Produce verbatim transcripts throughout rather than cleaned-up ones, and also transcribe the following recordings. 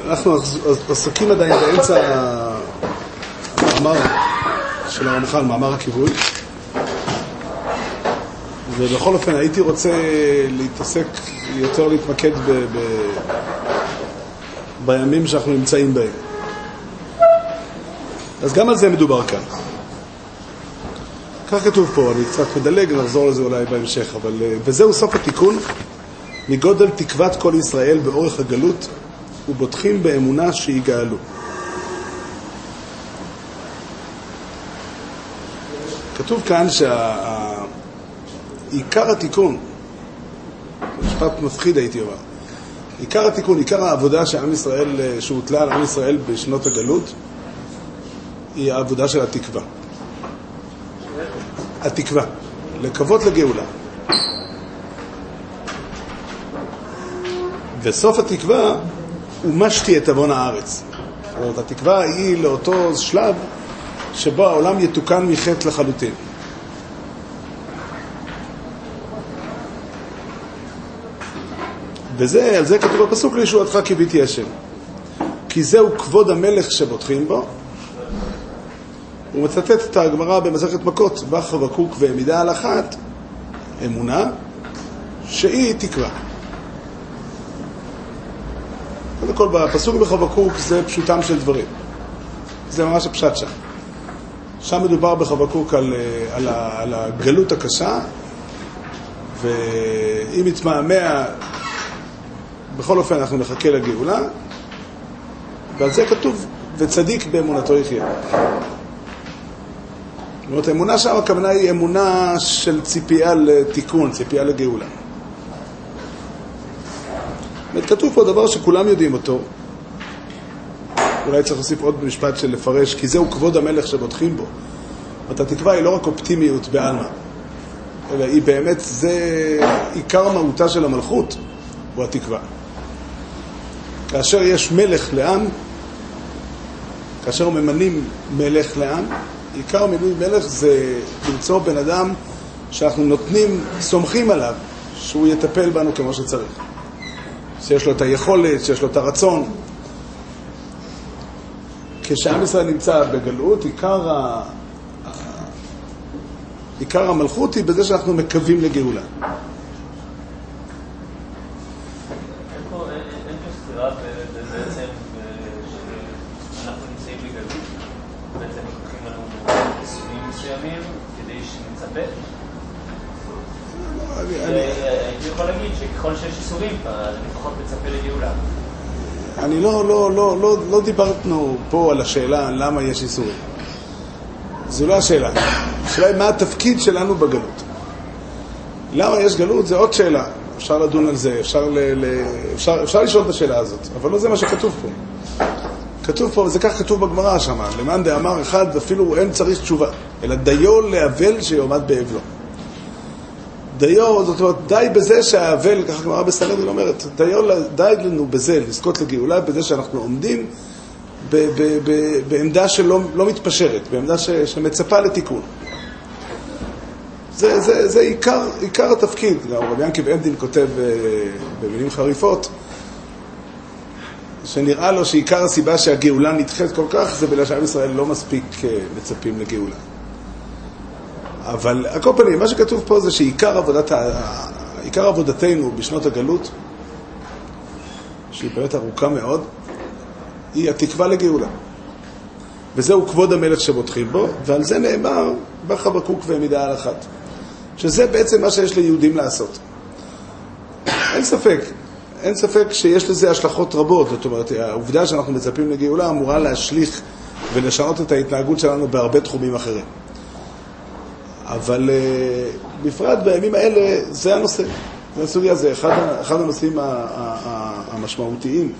אנחנו עסוקים עדיין באמצע המאמר של הרמח"ל, מאמר הכיבוד, ובכל אופן הייתי רוצה להתעסק, יותר להתמקד ב, ב, בימים שאנחנו נמצאים בהם. אז גם על זה מדובר כאן. כך כתוב פה, אני קצת מדלג, נחזור לזה אולי בהמשך, אבל וזהו סוף התיקון, מגודל תקוות כל ישראל באורך הגלות, ובוטחים באמונה שיגאלו. כתוב כאן שעיקר התיקון, משפט מפחיד הייתי אומר, עיקר התיקון, עיקר העבודה שעם ישראל, שהוטלה על עם ישראל בשנות הגלות, היא העבודה של התקווה. התקווה, לקוות לגאולה. וסוף התקווה הוא משתי את אבון הארץ. זאת אומרת, התקווה היא לאותו שלב שבו העולם יתוקן מחטא לחלוטין. וזה, על זה כתוב בפסוק, לישועתך קיוויתי השם. כי זהו כבוד המלך שבוטחים בו. הוא מצטט את הגמרא במסכת מכות, בחבקוק ועמידה על אחת, אמונה, שהיא תקווה. קודם כל, בפסוק בחבקוק זה פשוטם של דברים. זה ממש הפשט שם. שם מדובר בחבקוק על, על, על הגלות הקשה, ואם יתמהמה, בכל אופן אנחנו נחכה לגאולה, ועל זה כתוב, וצדיק באמונתו יחיה. זאת אומרת, האמונה שם, הכוונה היא אמונה של ציפייה לתיקון, ציפייה לגאולה. כתוב פה דבר שכולם יודעים אותו, אולי צריך להוסיף עוד משפט של לפרש, כי זהו כבוד המלך שבוטחים בו. זאת התקווה היא לא רק אופטימיות בעלמא, אלא היא באמת, זה עיקר מהותה של המלכות, הוא התקווה. כאשר יש מלך לעם, כאשר ממנים מלך לעם, עיקר מינוי מלך זה למצוא בן אדם שאנחנו נותנים, סומכים עליו, שהוא יטפל בנו כמו שצריך. שיש לו את היכולת, שיש לו את הרצון. כשעם ישראל נמצא בגלות, עיקר, ה... עיקר המלכות היא בזה שאנחנו מקווים לגאולה. אני יכול להגיד שככל שיש איסורים, אני לפחות מצפה לגאולה. אני לא, לא, לא, לא, לא דיברנו פה על השאלה למה יש איסורים. זו לא השאלה. השאלה היא מה התפקיד שלנו בגלות. למה יש גלות? זה עוד שאלה. אפשר לדון על זה, אפשר, ל, ל, אפשר, אפשר לשאול את השאלה הזאת, אבל לא זה מה שכתוב פה. כתוב פה, וזה כך כתוב בגמרא שם, למען דאמר אחד, אפילו אין צריך תשובה, אלא דיו להבל שיעמד באבלו. דיו, זאת אומרת, די בזה שהאבל, ככה גמרא בסנהדרין אומרת, דיו, די לנו בזה, לזכות לגאולה, בזה שאנחנו עומדים ב, ב, ב, בעמדה שלא לא מתפשרת, בעמדה ש, שמצפה לתיקון. זה, זה, זה עיקר, עיקר התפקיד. רבי ינקב עמדין כותב במילים חריפות, שנראה לו שעיקר הסיבה שהגאולה נדחית כל כך, זה בגלל שעם ישראל לא מספיק מצפים לגאולה. אבל הכל פנים, מה שכתוב פה זה שעיקר עבודת, עיקר עבודתנו בשנות הגלות, שהיא באמת ארוכה מאוד, היא התקווה לגאולה. וזהו כבוד המלך שבוטחים בו, ועל זה נאמר בחבקוק ועמידה על אחת. שזה בעצם מה שיש ליהודים לעשות. אין ספק, אין ספק שיש לזה השלכות רבות. זאת אומרת, העובדה שאנחנו מצפים לגאולה אמורה להשליך ולשנות את ההתנהגות שלנו בהרבה תחומים אחרים. אבל uh, בפרט בימים האלה זה הנושא. זה הסוגיה, זה אחד, אחד הנושאים המשמעותיים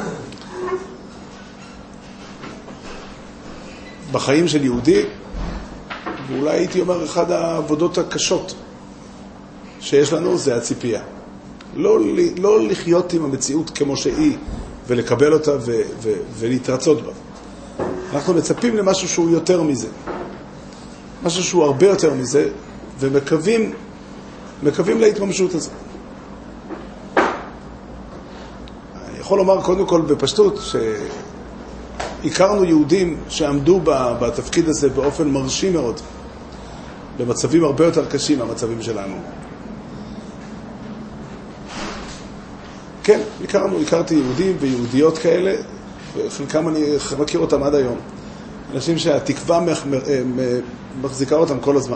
בחיים של יהודי, ואולי הייתי אומר אחד העבודות הקשות שיש לנו זה הציפייה. לא, לא לחיות עם המציאות כמו שהיא ולקבל אותה ו, ו, ולהתרצות בה. אנחנו מצפים למשהו שהוא יותר מזה. משהו שהוא הרבה יותר מזה, ומקווים, מקווים להתממשות הזאת. יכול לומר קודם כל בפשטות שהכרנו יהודים שעמדו בתפקיד הזה באופן מרשים מאוד, במצבים הרבה יותר קשים מהמצבים שלנו. כן, הכרנו, הכרתי יהודים ויהודיות כאלה, וחלקם אני מכיר אותם עד היום. אנשים שהתקווה מחזיקה אותם כל הזמן.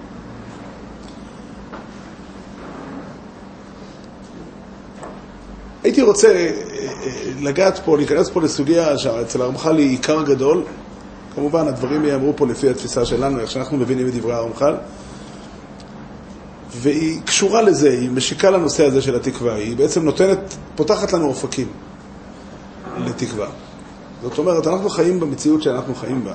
הייתי רוצה לגעת פה, להיכנס פה לסוגיה שאצל הרמח"ל היא עיקר גדול. כמובן, הדברים יאמרו פה לפי התפיסה שלנו, איך שאנחנו מבינים את דברי הרמח"ל. והיא קשורה לזה, היא משיקה לנושא הזה של התקווה. היא בעצם נותנת, פותחת לנו אופקים לתקווה. זאת אומרת, אנחנו חיים במציאות שאנחנו חיים בה.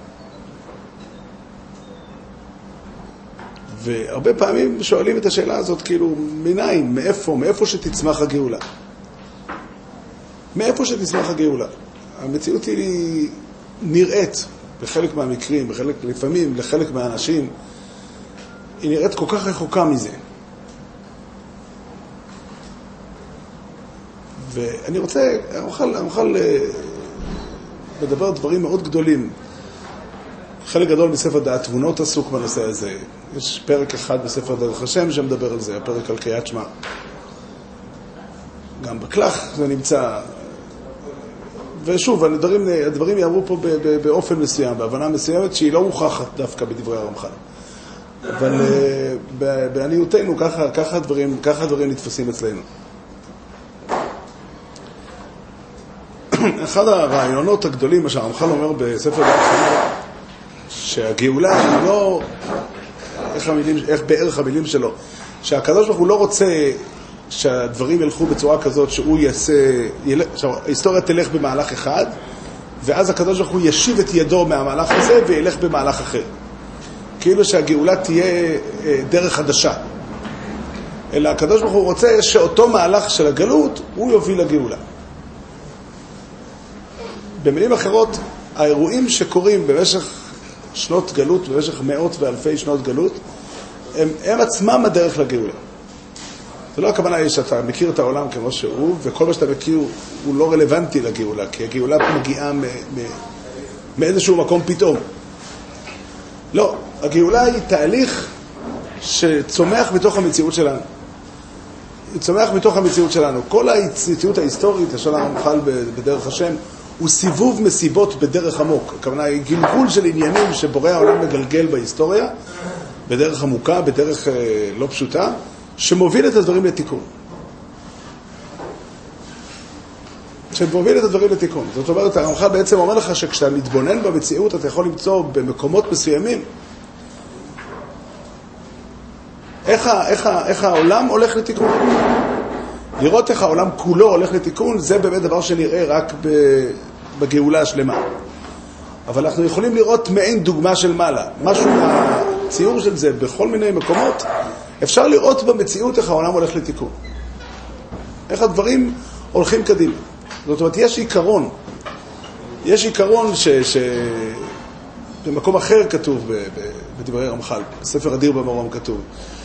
והרבה פעמים שואלים את השאלה הזאת, כאילו, מניין, מאיפה, מאיפה שתצמח הגאולה? מאיפה שתצמח הגאולה? המציאות היא נראית בחלק מהמקרים, בחלק, לפעמים, לחלק מהאנשים, היא נראית כל כך רחוקה מזה. ואני רוצה, אני אוכל, אני אוכל לדבר דברים מאוד גדולים. חלק גדול מספר דעת תבונות עסוק בנושא הזה. יש פרק אחד בספר דרך השם שמדבר על זה, הפרק על קריאת שמע. גם בכלך זה נמצא. ושוב, הדברים, הדברים יאמרו פה באופן מסוים, בהבנה מסוימת שהיא לא מוכחת דווקא בדברי הרמח"ל. אבל בעניותנו, ככה, ככה הדברים, ככה הדברים נתפסים אצלנו. אחד הרעיונות הגדולים, מה שהרמח"ל אומר בספר דעת תבונות, שהגאולה היא לא, איך, המילים, איך בערך המילים שלו, שהקדוש ברוך הוא לא רוצה שהדברים ילכו בצורה כזאת שהוא יעשה, שההיסטוריה תלך במהלך אחד, ואז הקדוש ברוך הוא ישיב את ידו מהמהלך הזה וילך במהלך אחר. כאילו שהגאולה תהיה דרך חדשה. אלא הקדוש ברוך הוא רוצה שאותו מהלך של הגלות הוא יוביל לגאולה. במילים אחרות, האירועים שקורים במשך שנות גלות, במשך מאות ואלפי שנות גלות, הם, הם עצמם הדרך לגאולה. זה לא הכוונה היא שאתה מכיר את העולם כמו שהוא, וכל מה שאתה מכיר הוא לא רלוונטי לגאולה, כי הגאולה מגיעה מ, מ, מאיזשהו מקום פתאום. לא, הגאולה היא תהליך שצומח מתוך המציאות שלנו. היא צומח מתוך המציאות שלנו. כל המציאות ההיסטורית, לשון הרמח"ל בדרך השם, הוא סיבוב מסיבות בדרך עמוק. הכוונה היא גלגול של עניינים שבורא העולם מגלגל בהיסטוריה, בדרך עמוקה, בדרך אה, לא פשוטה, שמוביל את הדברים לתיקון. שמוביל את הדברים לתיקון. זאת אומרת, הרמח"ל בעצם אומר לך שכשאתה מתבונן במציאות, אתה יכול למצוא במקומות מסוימים, איך, איך, איך העולם הולך לתיקון. לראות איך העולם כולו הולך לתיקון, זה באמת דבר שנראה רק בגאולה השלמה. אבל אנחנו יכולים לראות מעין דוגמה של מעלה. משהו מהציור של זה בכל מיני מקומות, אפשר לראות במציאות איך העולם הולך לתיקון. איך הדברים הולכים קדימה. זאת אומרת, יש עיקרון. יש עיקרון ש... ש... במקום אחר כתוב בדברי רמח"ל, בספר אדיר במרום כתוב,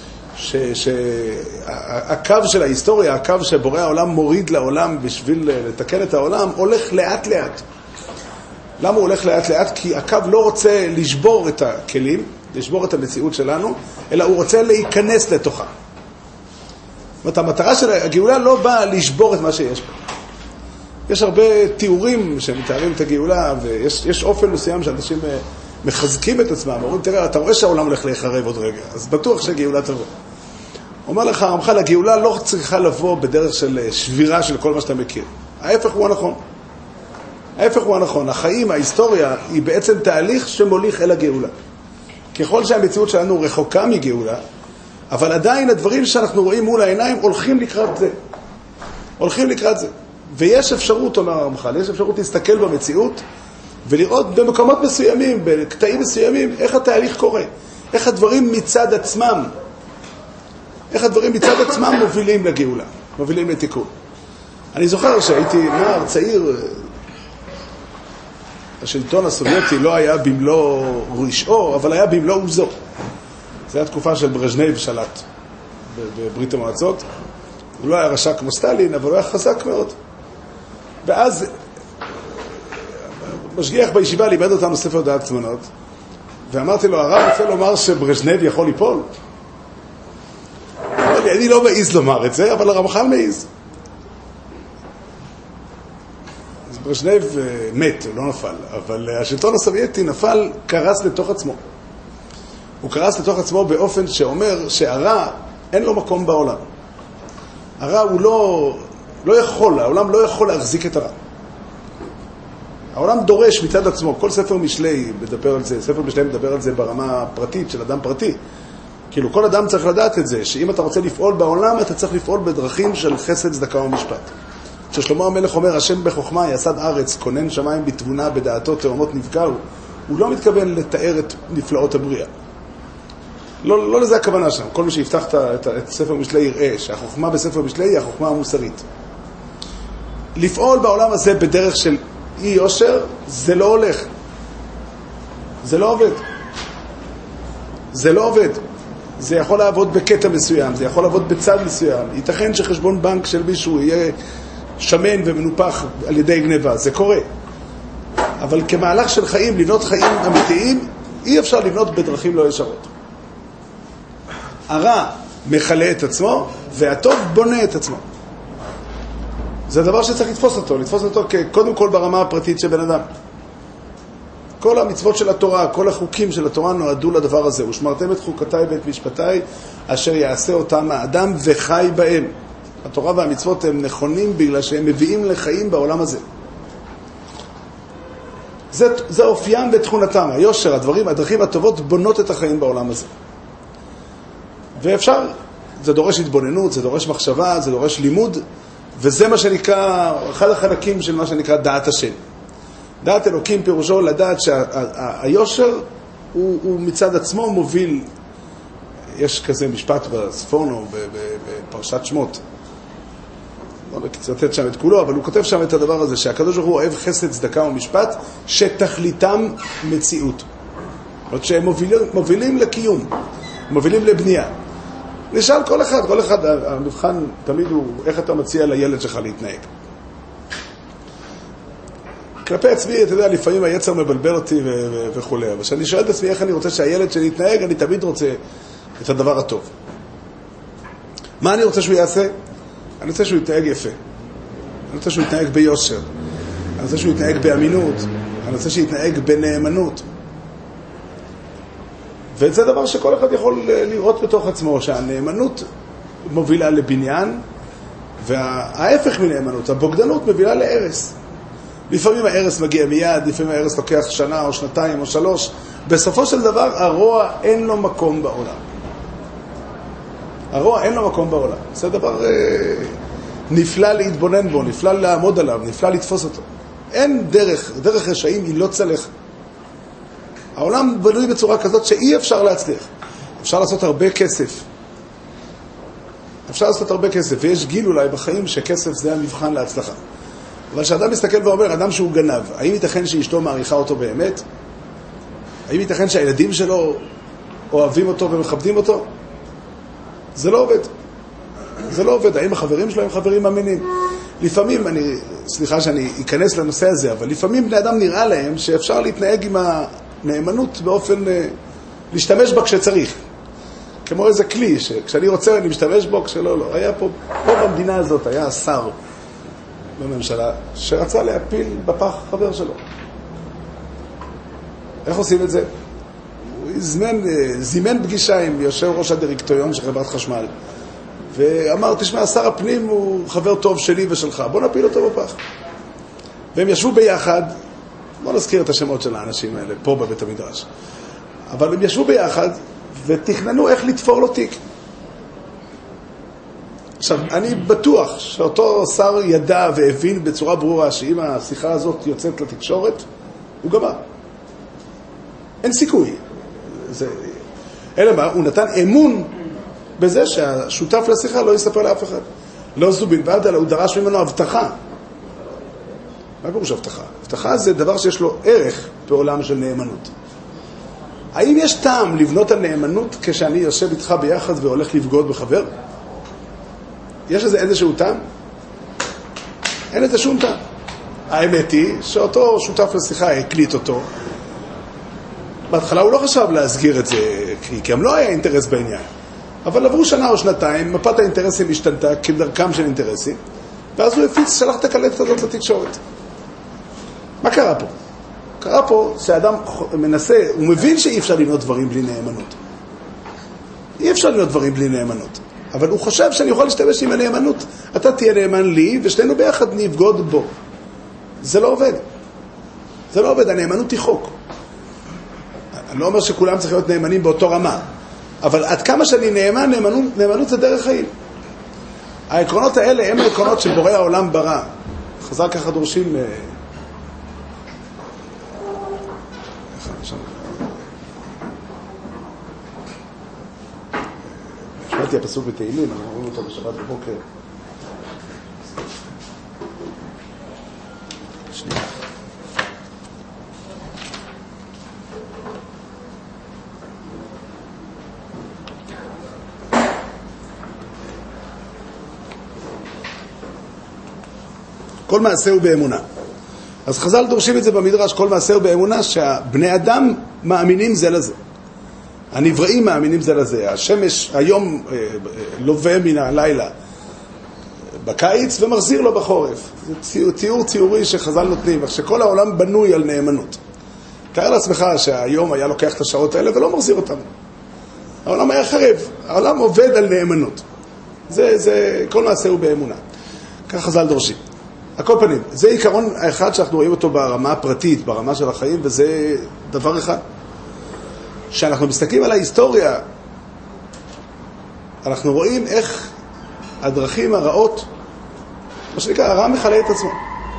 שהקו של ההיסטוריה, הקו שבורא העולם מוריד לעולם בשביל לתקן את העולם, הולך לאט לאט. למה הוא הולך לאט לאט? כי הקו לא רוצה לשבור את הכלים, לשבור את המציאות שלנו, אלא הוא רוצה להיכנס לתוכה. זאת אומרת, המטרה של הגאולה לא באה לשבור את מה שיש פה. יש הרבה תיאורים שמתארים את הגאולה, ויש יש אופן מסוים שאנשים מחזקים את עצמם, אומרים, תראה, אתה רואה שהעולם הולך להיחרב עוד רגע, אז בטוח שהגאולה תבוא. אומר לך, הרמח"ל, הגאולה לא צריכה לבוא בדרך של שבירה של כל מה שאתה מכיר. ההפך הוא הנכון. ההפך הוא הנכון. החיים, ההיסטוריה, היא בעצם תהליך שמוליך אל הגאולה. ככל שהמציאות שלנו רחוקה מגאולה, אבל עדיין הדברים שאנחנו רואים מול העיניים הולכים לקראת זה. הולכים לקראת זה. ויש אפשרות, אומר הרמח"ל, יש אפשרות להסתכל במציאות, ולראות במקומות מסוימים, בקטעים מסוימים, איך התהליך קורה. איך הדברים מצד עצמם, איך הדברים מצד עצמם מובילים לגאולה, מובילים לתיקון. אני זוכר שהייתי נער צעיר, השלטון הסובייטי לא היה במלוא רשעו, אבל היה במלוא עוזו. זו הייתה תקופה של ברז'נייב שלט בברית המועצות. הוא לא היה רשע כמו סטלין, אבל הוא היה חזק מאוד. ואז משגיח בישיבה לימד אותנו ספר דעת קצמנות, ואמרתי לו, הרב רוצה לומר שברז'נייב יכול ליפול? אמר לי, אני לא מעיז לומר את זה, אבל הרמח"ל מעיז. אז ברז'נייב מת, הוא לא נפל, אבל השלטון הסובייטי נפל, קרס לתוך עצמו. הוא קרס לתוך עצמו באופן שאומר שהרע אין לו מקום בעולם. הרע הוא לא, לא יכול, העולם לא יכול להחזיק את הרע. העולם דורש מצד עצמו, כל ספר משלי מדבר על זה, ספר משלי מדבר על זה ברמה הפרטית של אדם פרטי. כאילו כל אדם צריך לדעת את זה, שאם אתה רוצה לפעול בעולם, אתה צריך לפעול בדרכים של חסד, צדקה ומשפט. כששלמה המלך אומר, השם בחוכמה יסד ארץ, כונן שמיים בתבונה, בדעתו תאומות נפגעו, הוא לא מתכוון לתאר את נפלאות הבריאה. לא, לא לזה הכוונה שם. כל מי שיפתח את, את, את ספר משלי יראה שהחוכמה בספר משלי היא החוכמה המוסרית. לפעול בעולם הזה בדרך של אי יושר, זה לא הולך. זה לא עובד. זה לא עובד. זה יכול לעבוד בקטע מסוים, זה יכול לעבוד בצד מסוים. ייתכן שחשבון בנק של מישהו יהיה שמן ומנופח על ידי גניבה. זה קורה. אבל כמהלך של חיים, לבנות חיים אמיתיים, אי אפשר לבנות בדרכים לא ישרות. הרע מחלה את עצמו, והטוב בונה את עצמו. זה דבר שצריך לתפוס אותו, לתפוס אותו קודם כל ברמה הפרטית של בן אדם. כל המצוות של התורה, כל החוקים של התורה נועדו לדבר הזה. ושמרתם את חוקותיי ואת משפטיי, אשר יעשה אותם האדם וחי בהם. התורה והמצוות הם נכונים בגלל שהם מביאים לחיים בעולם הזה. זה, זה אופיים ותכונתם, היושר, הדברים, הדרכים הטובות בונות את החיים בעולם הזה. ואפשר, זה דורש התבוננות, זה דורש מחשבה, זה דורש לימוד, וזה מה שנקרא, אחד החלקים של מה שנקרא דעת השם. דעת אלוקים פירושו לדעת שהיושר הוא, הוא מצד עצמו מוביל, יש כזה משפט בספורנו, בפרשת שמות, לא נצטט שם את כולו, אבל הוא כותב שם את הדבר הזה, שהקדוש ברוך הוא אוהב חסד, צדקה ומשפט, שתכליתם מציאות. זאת אומרת שהם מובילים, מובילים לקיום, מובילים לבנייה. נשאל כל אחד, כל אחד, המבחן תמיד הוא איך אתה מציע לילד שלך להתנהג. כלפי עצמי, אתה יודע, לפעמים היצר מבלבל אותי וכו'. אבל כשאני שואל את עצמי איך אני רוצה שהילד שלי יתנהג, אני תמיד רוצה את הדבר הטוב. מה אני רוצה שהוא יעשה? אני רוצה שהוא יתנהג יפה. אני רוצה שהוא יתנהג ביושר. אני רוצה שהוא יתנהג באמינות. אני רוצה שהוא יתנהג בנאמנות. וזה דבר שכל אחד יכול לראות בתוך עצמו, שהנאמנות מובילה לבניין, וההפך מנאמנות, הבוגדנות מובילה לערס. לפעמים הערס מגיע מיד, לפעמים הערס לוקח שנה או שנתיים או שלוש. בסופו של דבר, הרוע אין לו מקום בעולם. הרוע אין לו מקום בעולם. זה דבר אה, נפלא להתבונן בו, נפלא לעמוד עליו, נפלא לתפוס אותו. אין דרך, דרך רשעים היא לא צלח. העולם בנוי בצורה כזאת שאי אפשר להצליח. אפשר לעשות הרבה כסף. אפשר לעשות הרבה כסף, ויש גיל אולי בחיים שכסף זה המבחן להצלחה. אבל כשאדם מסתכל ואומר, אדם שהוא גנב, האם ייתכן שאשתו מעריכה אותו באמת? האם ייתכן שהילדים שלו אוהבים אותו ומכבדים אותו? זה לא עובד. זה לא עובד. האם החברים שלו הם חברים מאמינים? לפעמים, אני, סליחה שאני אכנס לנושא הזה, אבל לפעמים בני אדם נראה להם שאפשר להתנהג עם הנאמנות באופן, להשתמש בה כשצריך. כמו איזה כלי, שכשאני רוצה אני משתמש בו, כשלא, לא. היה פה, פה במדינה הזאת, היה שר בממשלה שרצה להפיל בפח חבר שלו. איך עושים את זה? הוא זימן, זימן פגישה עם יושב ראש הדירקטוריון של חברת חשמל, ואמר, תשמע, שר הפנים הוא חבר טוב שלי ושלך, בוא נפיל אותו בפח. והם ישבו ביחד, לא נזכיר את השמות של האנשים האלה, פה בבית המדרש, אבל הם ישבו ביחד ותכננו איך לתפור לו תיק. עכשיו, אני בטוח שאותו שר ידע והבין בצורה ברורה שאם השיחה הזאת יוצאת לתקשורת, הוא גמר. אין סיכוי. זה... אלא מה, הוא נתן אמון בזה שהשותף לשיחה לא יספר לאף אחד. לא זו בלבד, אלא הוא דרש ממנו הבטחה. מה פירוש הבטחה? הבטחה זה דבר שיש לו ערך בעולם של נאמנות. האם יש טעם לבנות על נאמנות כשאני יושב איתך ביחד והולך לבגוד בחבר? יש איזה איזשהו טעם? אין איזה שום טעם. האמת היא שאותו שותף לשיחה הקליט אותו. בהתחלה הוא לא חשב להסגיר את זה, כי, כי הם לא היה אינטרס בעניין. אבל עברו שנה או שנתיים, מפת האינטרסים השתנתה כדרכם של אינטרסים, ואז הוא הפיץ, שלח את הקלטת הזאת לתקשורת. מה קרה פה? קרה פה שהאדם מנסה, הוא מבין שאי אפשר לבנות דברים בלי נאמנות. אי אפשר לבנות דברים בלי נאמנות. אבל הוא חושב שאני יכול להשתמש עם הנאמנות. אתה תהיה נאמן לי, ושתינו ביחד נבגוד בו. זה לא עובד. זה לא עובד, הנאמנות היא חוק. אני לא אומר שכולם צריכים להיות נאמנים באותו רמה. אבל עד כמה שאני נאמן, נאמנות, נאמנות זה דרך חיים. העקרונות האלה הם העקרונות שבורא העולם ברא. חז"ל ככה דורשים... שמעתי הפסוק בתהילים, אנחנו רואים אותו בשבת בבוקר. שנייה. כל מעשה הוא באמונה. אז חז"ל דורשים את זה במדרש, כל מעשה הוא באמונה, שהבני אדם מאמינים זה לזה. הנבראים מאמינים זה לזה. השמש היום לובא מן הלילה בקיץ ומחזיר לו בחורף. זה תיאור ציורי שחז"ל נותנים, שכל העולם בנוי על נאמנות. תאר לעצמך שהיום היה לוקח את השעות האלה ולא מחזיר אותם. העולם היה חרב, העולם עובד על נאמנות. זה, זה, כל מעשה הוא באמונה. כך חז"ל דורשים. הכל פנים, זה עיקרון האחד שאנחנו רואים אותו ברמה הפרטית, ברמה של החיים, וזה דבר אחד. כשאנחנו מסתכלים על ההיסטוריה, אנחנו רואים איך הדרכים הרעות, מה שנקרא, הרע מחלה את עצמו.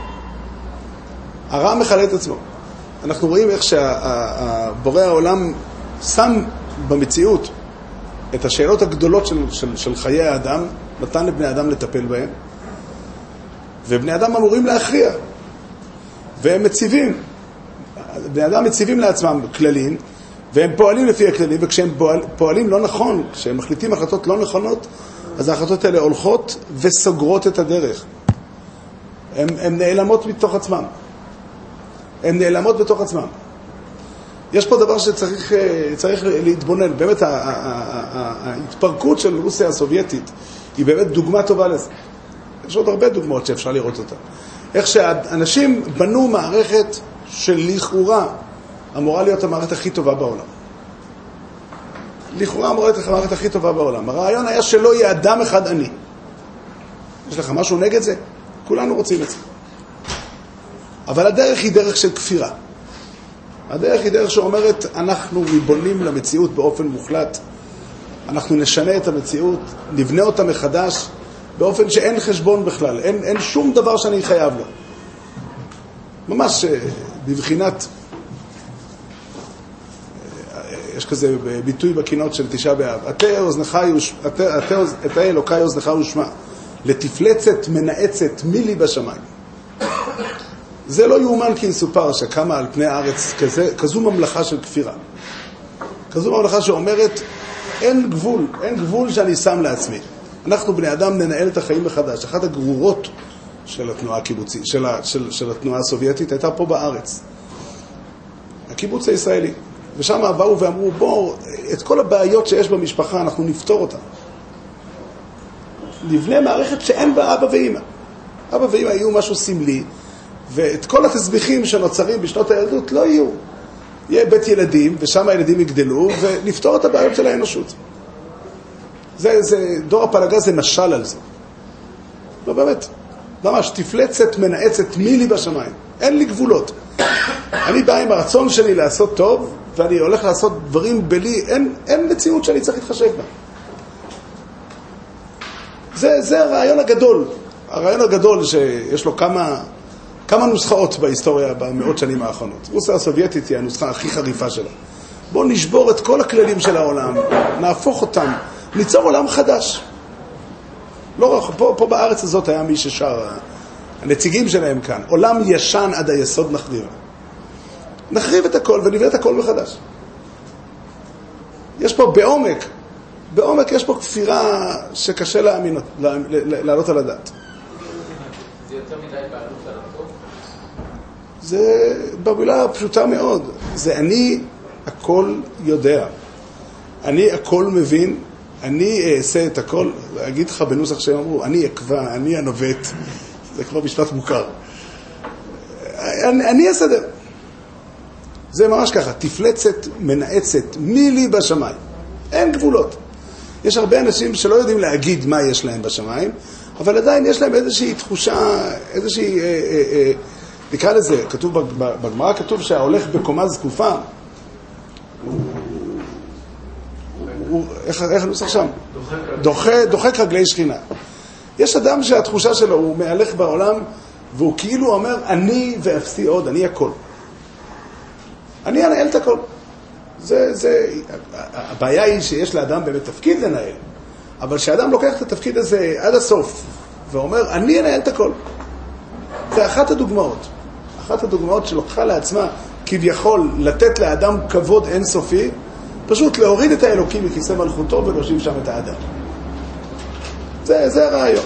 הרע מחלה את עצמו. אנחנו רואים איך שהבורא העולם שם במציאות את השאלות הגדולות של, של, של חיי האדם, נתן לבני אדם לטפל בהם, ובני אדם אמורים להכריע, והם מציבים, בני אדם מציבים לעצמם כללים, והם פועלים לפי הכללים, וכשהם פועל, פועלים לא נכון, כשהם מחליטים החלטות לא נכונות, אז ההחלטות האלה הולכות וסוגרות את הדרך. הן, הן נעלמות מתוך עצמם. הן נעלמות בתוך עצמם. יש פה דבר שצריך צריך להתבונן. באמת ההתפרקות של רוסיה הסובייטית היא באמת דוגמה טובה לזה. יש עוד הרבה דוגמאות שאפשר לראות אותה. איך שאנשים בנו מערכת של לכאורה אמורה להיות המערכת הכי טובה בעולם. לכאורה אמורה להיות המערכת הכי טובה בעולם. הרעיון היה שלא יהיה אדם אחד עני. יש לך משהו נגד זה? כולנו רוצים את זה. אבל הדרך היא דרך של כפירה. הדרך היא דרך שאומרת, אנחנו ריבונים למציאות באופן מוחלט. אנחנו נשנה את המציאות, נבנה אותה מחדש, באופן שאין חשבון בכלל. אין, אין שום דבר שאני חייב לו. ממש בבחינת... יש כזה ביטוי בקינות של תשעה באב. עתה אוזנך יושמע, עתה אלוקי אוזנך ושמע. לתפלצת מנעצת מילי בשמיים. זה לא יאומן כי יסופר שקמה על פני הארץ כזה, כזו ממלכה של כפירה. כזו ממלכה שאומרת, אין גבול, אין גבול שאני שם לעצמי. אנחנו בני אדם ננהל את החיים מחדש. אחת הגרורות של התנועה הקיבוצית, של, של, של התנועה הסובייטית הייתה פה בארץ. הקיבוץ הישראלי. ושם באו ואמרו, בואו, את כל הבעיות שיש במשפחה אנחנו נפתור אותן. נבנה מערכת שאין בה אבא ואמא. אבא ואמא יהיו משהו סמלי, ואת כל התסביכים שנוצרים בשנות הילדות לא יהיו. יהיה בית ילדים, ושם הילדים יגדלו, ונפתור את הבעיות של האנושות. זה, זה, דור הפלגה זה משל על זה. לא באמת. ממש, תפלצת מנעצת מילי בשמיים. אין לי גבולות. אני בא עם הרצון שלי לעשות טוב, ואני הולך לעשות דברים בלי, אין, אין מציאות שאני צריך להתחשב בה. זה, זה הרעיון הגדול. הרעיון הגדול שיש לו כמה, כמה נוסחאות בהיסטוריה במאות שנים האחרונות. רוסיה הסובייטית היא הנוסחה הכי חריפה שלה. בואו נשבור את כל הכללים של העולם, נהפוך אותם, ניצור עולם חדש. לא, פה, פה בארץ הזאת היה מי ששר, הנציגים שלהם כאן, עולם ישן עד היסוד נחריב. נחריב את הכל ונבנה את הכל מחדש. יש פה בעומק, בעומק יש פה כפירה שקשה להאמין, לעלות על הדעת. זה יותר מדי בעלות על הטוב? זה במילה פשוטה מאוד. זה אני הכל יודע. אני הכל מבין. אני אעשה את הכל. אגיד לך בנוסח שהם אמרו, אני אקבע, אני הנווט. זה כבר משפט מוכר. אני, אני אסדר. זה ממש ככה. תפלצת, מנעצת, מילי בשמיים. אין גבולות. יש הרבה אנשים שלא יודעים להגיד מה יש להם בשמיים, אבל עדיין יש להם איזושהי תחושה, איזושהי, אה, אה, אה, נקרא לזה, כתוב בגמרא, כתוב שההולך בקומה זקופה, הוא, הוא, איך, איך הנוסח שם? דוחק, דוחק רגלי שכינה. יש אדם שהתחושה שלו, הוא מהלך בעולם, והוא כאילו אומר, אני ואפסי עוד, אני הכל. אני אנהל את הכל. זה, זה, הבעיה היא שיש לאדם באמת תפקיד לנהל, אבל כשאדם לוקח את התפקיד הזה עד הסוף, ואומר, אני אנהל את הכל. זה אחת הדוגמאות. אחת הדוגמאות שלוקחה לעצמה, כביכול, לתת לאדם כבוד אינסופי, פשוט להוריד את האלוקים מכיסא מלכותו ולהושיב שם את האדם. זה, זה הרעיון.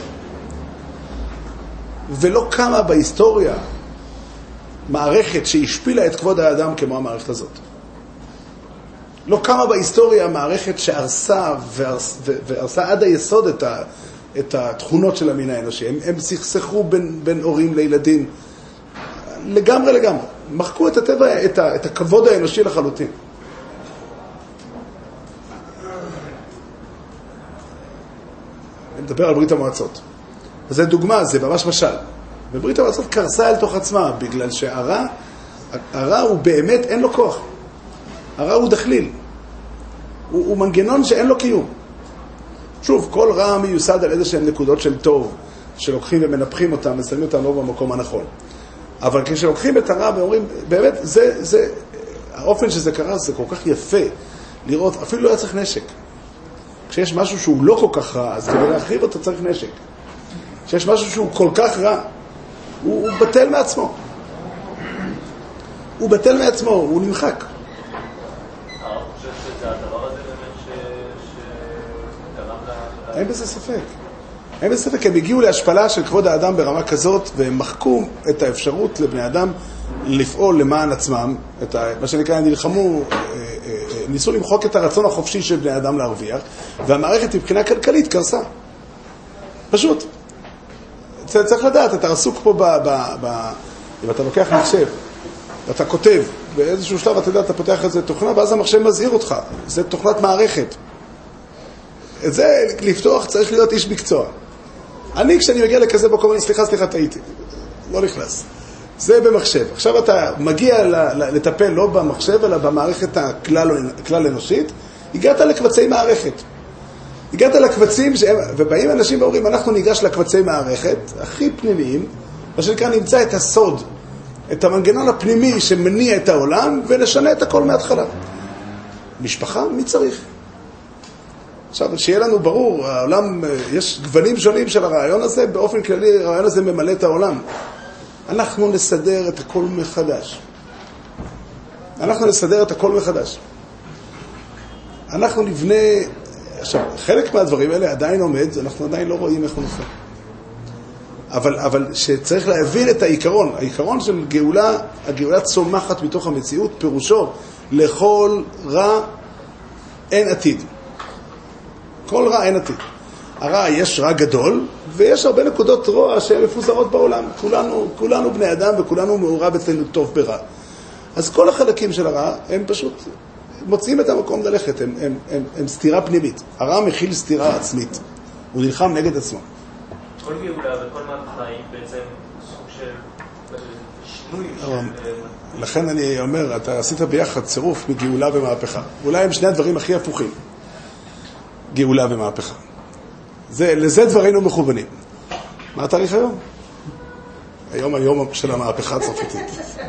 ולא קמה בהיסטוריה מערכת שהשפילה את כבוד האדם כמו המערכת הזאת. לא קמה בהיסטוריה מערכת שהרסה והרס, והרסה עד היסוד את, ה, את התכונות של המין האנושי. הם, הם סכסכו בין, בין הורים לילדים. לגמרי לגמרי. מחקו את הטבע, את, ה, את הכבוד האנושי לחלוטין. אני מדבר על ברית המועצות. וזו דוגמה, זה ממש משל. וברית המועצות קרסה אל תוך עצמה, בגלל שהרע, הרע הוא באמת, אין לו כוח. הרע הוא דחליל. הוא, הוא מנגנון שאין לו קיום. שוב, כל רע מיוסד על איזשהם נקודות של טוב, שלוקחים ומנפחים אותם, מסיימים אותם לא במקום הנכון. אבל כשלוקחים את הרע ואומרים, באמת, זה, זה, האופן שזה קרה, זה כל כך יפה לראות, אפילו לא היה צריך נשק. כשיש משהו שהוא לא כל כך רע, אז כדי להחריב אותו צריך נשק. כשיש משהו שהוא כל כך רע, הוא, הוא בטל מעצמו. הוא בטל מעצמו, הוא נמחק. אין בזה ספק. אין בזה ספק. הם הגיעו להשפלה של כבוד האדם ברמה כזאת, והם מחקו את האפשרות לבני אדם לפעול למען עצמם, את ה, מה שנקרא, נלחמו, ניסו למחוק את הרצון החופשי של בני אדם להרוויח, והמערכת מבחינה כלכלית קרסה. פשוט. צריך לדעת, אתה עסוק פה, ב, ב, ב, אם אתה לוקח מחשב, ואתה כותב, באיזשהו שלב אתה יודע, אתה פותח איזה תוכנה, ואז המחשב מזהיר אותך. זה תוכנת מערכת. את זה לפתוח צריך להיות איש מקצוע. אני כשאני מגיע לכזה מקום, אני סליחה, סליחה, טעיתי. לא נכנס. זה במחשב. עכשיו אתה מגיע לטפל לא במחשב, אלא במערכת הכלל אנושית, הגעת לקבצי מערכת. הגעת לקבצים, שהם, ובאים אנשים ואומרים, אנחנו ניגש לקבצי מערכת, הכי פנימיים, מה שנקרא נמצא את הסוד, את המנגנון הפנימי שמניע את העולם, ונשנה את הכל מההתחלה. משפחה, מי צריך? עכשיו, שיהיה לנו ברור, העולם, יש גוונים שונים של הרעיון הזה, באופן כללי, הרעיון הזה ממלא את העולם. אנחנו נסדר את הכל מחדש. אנחנו נסדר את הכל מחדש. אנחנו נבנה, עכשיו, חלק מהדברים האלה עדיין עומד, אנחנו עדיין לא רואים איך הוא נופל. אבל, אבל שצריך להבין את העיקרון, העיקרון של גאולה, הגאולה צומחת מתוך המציאות, פירושו, לכל רע אין עתיד. כל רע אין עתיד. הרע, יש רע גדול, ויש הרבה נקודות רוע שהן מפוזרות בעולם. כולנו, כולנו בני אדם וכולנו מעורב אצלנו טוב ברע. אז כל החלקים של הרע, הם פשוט מוצאים את המקום ללכת, הם, הם, הם, הם סתירה פנימית. הרע מכיל סתירה עצמית. הוא נלחם נגד עצמו. כל גאולה וכל מהפכה היא בעצם סוג של שינוי של... לכן אני אומר, אתה עשית ביחד צירוף מגאולה ומהפכה. אולי הם שני הדברים הכי הפוכים. גאולה ומהפכה. זה, לזה דברינו מכוונים. מה התאריך היום? היום היום של המהפכה הצרפתית.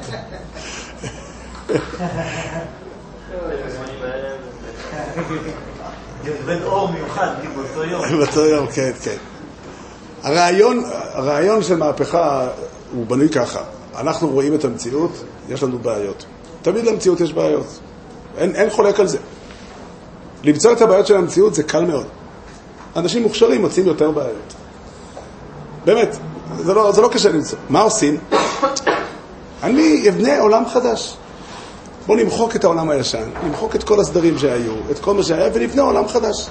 בן אור מיוחד, באותו יום. באותו יום, כן, כן. הרעיון, הרעיון של מהפכה הוא בנוי ככה. אנחנו רואים את המציאות, יש לנו בעיות. תמיד למציאות יש בעיות. אין, אין חולק על זה. למצוא את הבעיות של המציאות זה קל מאוד. אנשים מוכשרים מוצאים יותר בעיות. באמת, זה לא, זה לא קשה למצוא. מה עושים? אני אבנה עולם חדש. בוא נמחוק את העולם הישן, נמחוק את כל הסדרים שהיו, את כל מה שהיה, ונבנה עולם חדש.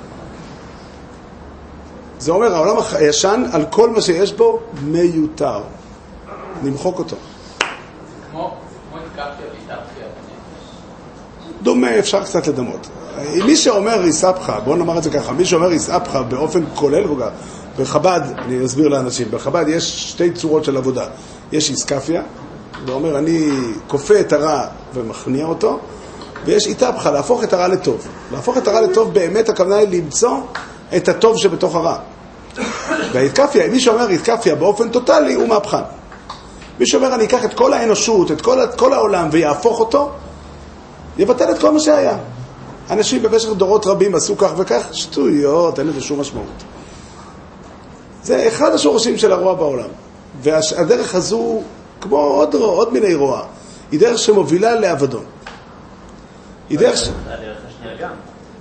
זה אומר, העולם הישן, על כל מה שיש בו, מיותר. נמחוק אותו. כמו התקפיה והתאפיה. דומה, אפשר קצת לדמות. מי שאומר איסבחה, בואו נאמר את זה ככה, מי שאומר איסבחה באופן כולל, בחב"ד, אני אסביר לאנשים, בחב"ד יש שתי צורות של עבודה. יש איסקפיה, זה אומר, אני כופה את הרע ומכניע אותו, ויש איתבחה, להפוך את הרע לטוב. להפוך את הרע לטוב, באמת הכוונה היא למצוא את הטוב שבתוך הרע. והאיתקפיה, מי שאומר איתקפיה באופן טוטלי, הוא מהפכן. מי שאומר, אני אקח את כל האנושות, את כל, את כל העולם, ויהפוך אותו, יבטל את כל מה שהיה. אנשים במשך דורות רבים עשו כך וכך, שטויות, אין לזה שום משמעות. זה אחד השורשים של הרוע בעולם. והדרך הזו, כמו עוד, עוד מיני רוע, היא דרך שמובילה לאבדון. היא דרך ש... הדרך השנייה גם.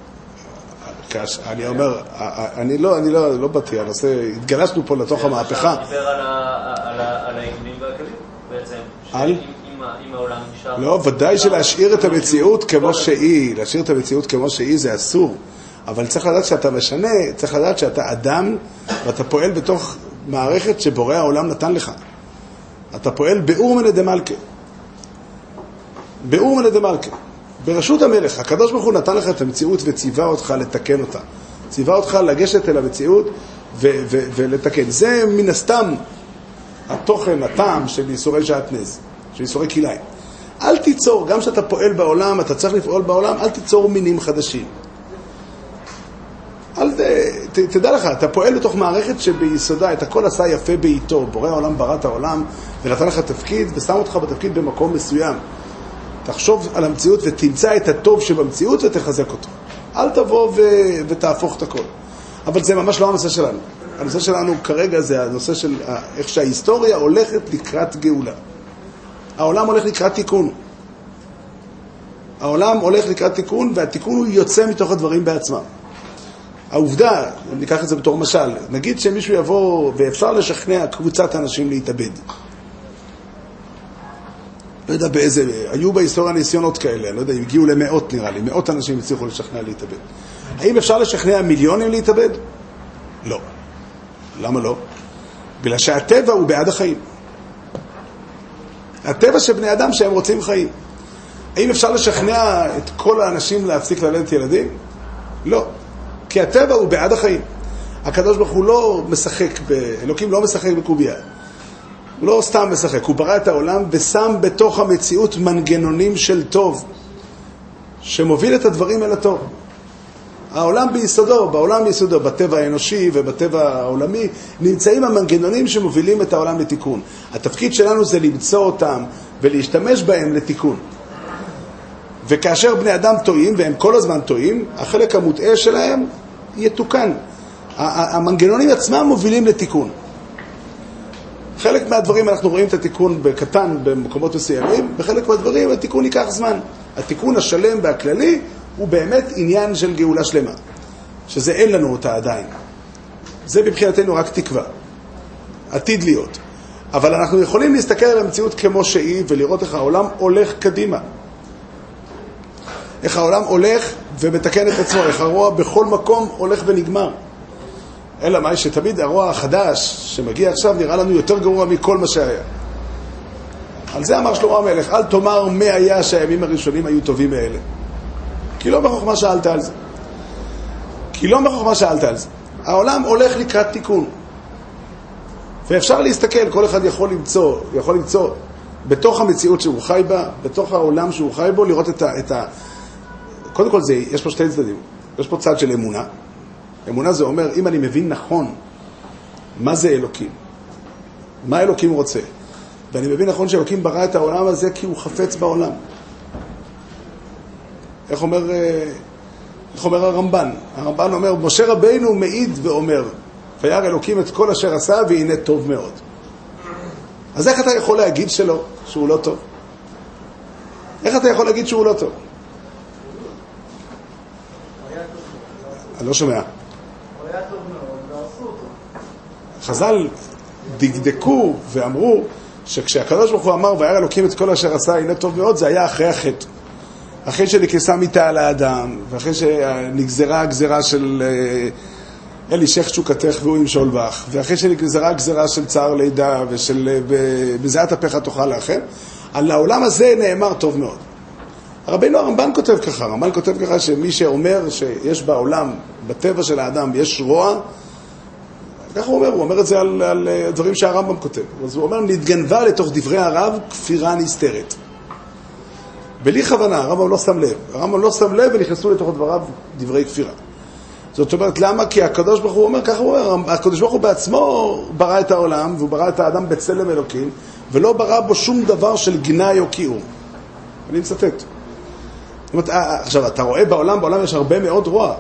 אני אומר, אני לא, אני לא, לא באתי, הנושא, התגלשנו פה לתוך המהפכה. אתה דיבר על העיגונים והכלים, בעצם. על? אם העולם נשאר... לא, ודאי שלהשאיר את המציאות כמו שהיא, להשאיר את המציאות כמו שהיא זה אסור. אבל צריך לדעת שאתה משנה, צריך לדעת שאתה אדם, ואתה פועל בתוך מערכת שבורא העולם נתן לך. אתה פועל באור מן דמלכה. באור מן דמלכה. ברשות המלך, הקדוש ברוך הוא נתן לך את המציאות וציווה אותך לתקן אותה. ציווה אותך לגשת אל המציאות ו- ו- ולתקן. זה מן הסתם התוכן, הטעם של ייסורי שעטנז, של ייסורי כליים. אל תיצור, גם שאתה פועל בעולם, אתה צריך לפעול בעולם, אל תיצור מינים חדשים. אל ת, ת, תדע לך, אתה פועל בתוך מערכת שביסודה, את הכל עשה יפה בעיתו, בורא העולם ברא את העולם ונתן לך תפקיד ושם אותך בתפקיד במקום מסוים. תחשוב על המציאות ותמצא את הטוב שבמציאות ותחזק אותו. אל תבוא ו, ותהפוך את הכל. אבל זה ממש לא הנושא שלנו. הנושא שלנו כרגע זה הנושא של איך שההיסטוריה הולכת לקראת גאולה. העולם הולך לקראת תיקון. העולם הולך לקראת תיקון והתיקון הוא יוצא מתוך הדברים בעצמם. העובדה, אם ניקח את זה בתור משל, נגיד שמישהו יבוא ואפשר לשכנע קבוצת אנשים להתאבד. לא יודע באיזה, היו בהיסטוריה ניסיונות כאלה, לא יודע, הם הגיעו למאות נראה לי, מאות אנשים הצליחו לשכנע להתאבד. האם אפשר לשכנע מיליונים להתאבד? לא. למה לא? בגלל שהטבע הוא בעד החיים. הטבע של בני אדם שהם רוצים חיים. האם אפשר לשכנע את כל האנשים להפסיק ללדת ילדים? לא. כי הטבע הוא בעד החיים. הקדוש ברוך הוא לא משחק, אלוקים לא משחק בקוביה. הוא לא סתם משחק, הוא ברא את העולם ושם בתוך המציאות מנגנונים של טוב, שמוביל את הדברים אל הטוב. העולם ביסודו, בעולם ביסודו, בטבע האנושי ובטבע העולמי, נמצאים המנגנונים שמובילים את העולם לתיקון. התפקיד שלנו זה למצוא אותם ולהשתמש בהם לתיקון. וכאשר בני אדם טועים, והם כל הזמן טועים, החלק המוטעה שלהם יתוקן. המנגנונים עצמם מובילים לתיקון. חלק מהדברים אנחנו רואים את התיקון בקטן במקומות מסוימים, בחלק מהדברים התיקון ייקח זמן. התיקון השלם והכללי הוא באמת עניין של גאולה שלמה, שזה אין לנו אותה עדיין. זה מבחינתנו רק תקווה, עתיד להיות. אבל אנחנו יכולים להסתכל על המציאות כמו שהיא ולראות איך העולם הולך קדימה. איך העולם הולך ומתקן את עצמו, איך הרוע בכל מקום הולך ונגמר. אלא מה, שתמיד הרוע החדש שמגיע עכשיו נראה לנו יותר גרוע מכל מה שהיה. על זה אמר שלמה המלך, אל תאמר מה היה שהימים הראשונים היו טובים מאלה. כי לא בחוכמה שאלת על זה. כי לא בחוכמה שאלת על זה. העולם הולך לקראת תיקון. ואפשר להסתכל, כל אחד יכול למצוא, יכול למצוא בתוך המציאות שהוא חי בה, בתוך העולם שהוא חי בו, לראות את ה... את ה... קודם כל זה, יש פה שתי צדדים. יש פה צד של אמונה. אמונה זה אומר, אם אני מבין נכון מה זה אלוקים, מה אלוקים רוצה, ואני מבין נכון שאלוקים ברא את העולם הזה כי הוא חפץ בעולם. איך אומר, איך אומר הרמב"ן? הרמב"ן אומר, משה רבינו מעיד ואומר, וירא אלוקים את כל אשר עשה והנה טוב מאוד. אז איך אתה יכול להגיד שלא, שהוא לא טוב? איך אתה יכול להגיד שהוא לא טוב? אני לא שומע. חז"ל דקדקו ואמרו שכשהקדוש ברוך הוא אמר וירא אלוקים את כל אשר עשה הנה טוב מאוד, זה היה אחרי החטא. אחרי שנכנסה מיתה על האדם, ואחרי שנגזרה הגזרה של אלי שך תשוקתך והוא ימשול בך, ואחרי שנגזרה הגזרה של צער לידה ושל בזיעת אפיך תאכל לחם, על העולם הזה נאמר טוב מאוד. רבינו הרמב"ן כותב ככה, הרמב"ן כותב ככה שמי שאומר שיש בעולם, בטבע של האדם, יש רוע, ככה הוא אומר, הוא אומר את זה על, על דברים שהרמב"ם כותב. אז הוא אומר, נתגנבה לתוך דברי הרב כפירה נסתרת. בלי כוונה, הרמב"ם לא שם לב. הרמב"ם לא שם לב ונכנסו לתוך דבריו דברי כפירה. זאת אומרת, למה? כי הקדוש ברוך הוא אומר, ככה הוא אומר, הקדוש ברוך הוא בעצמו ברא את העולם, והוא ברא את האדם בצלם אלוקים, ולא ברא בו שום דבר של גנאי או קיום. אני מצטט. זאת אומרת, עכשיו, אתה רואה בעולם, בעולם יש הרבה מאוד רוע.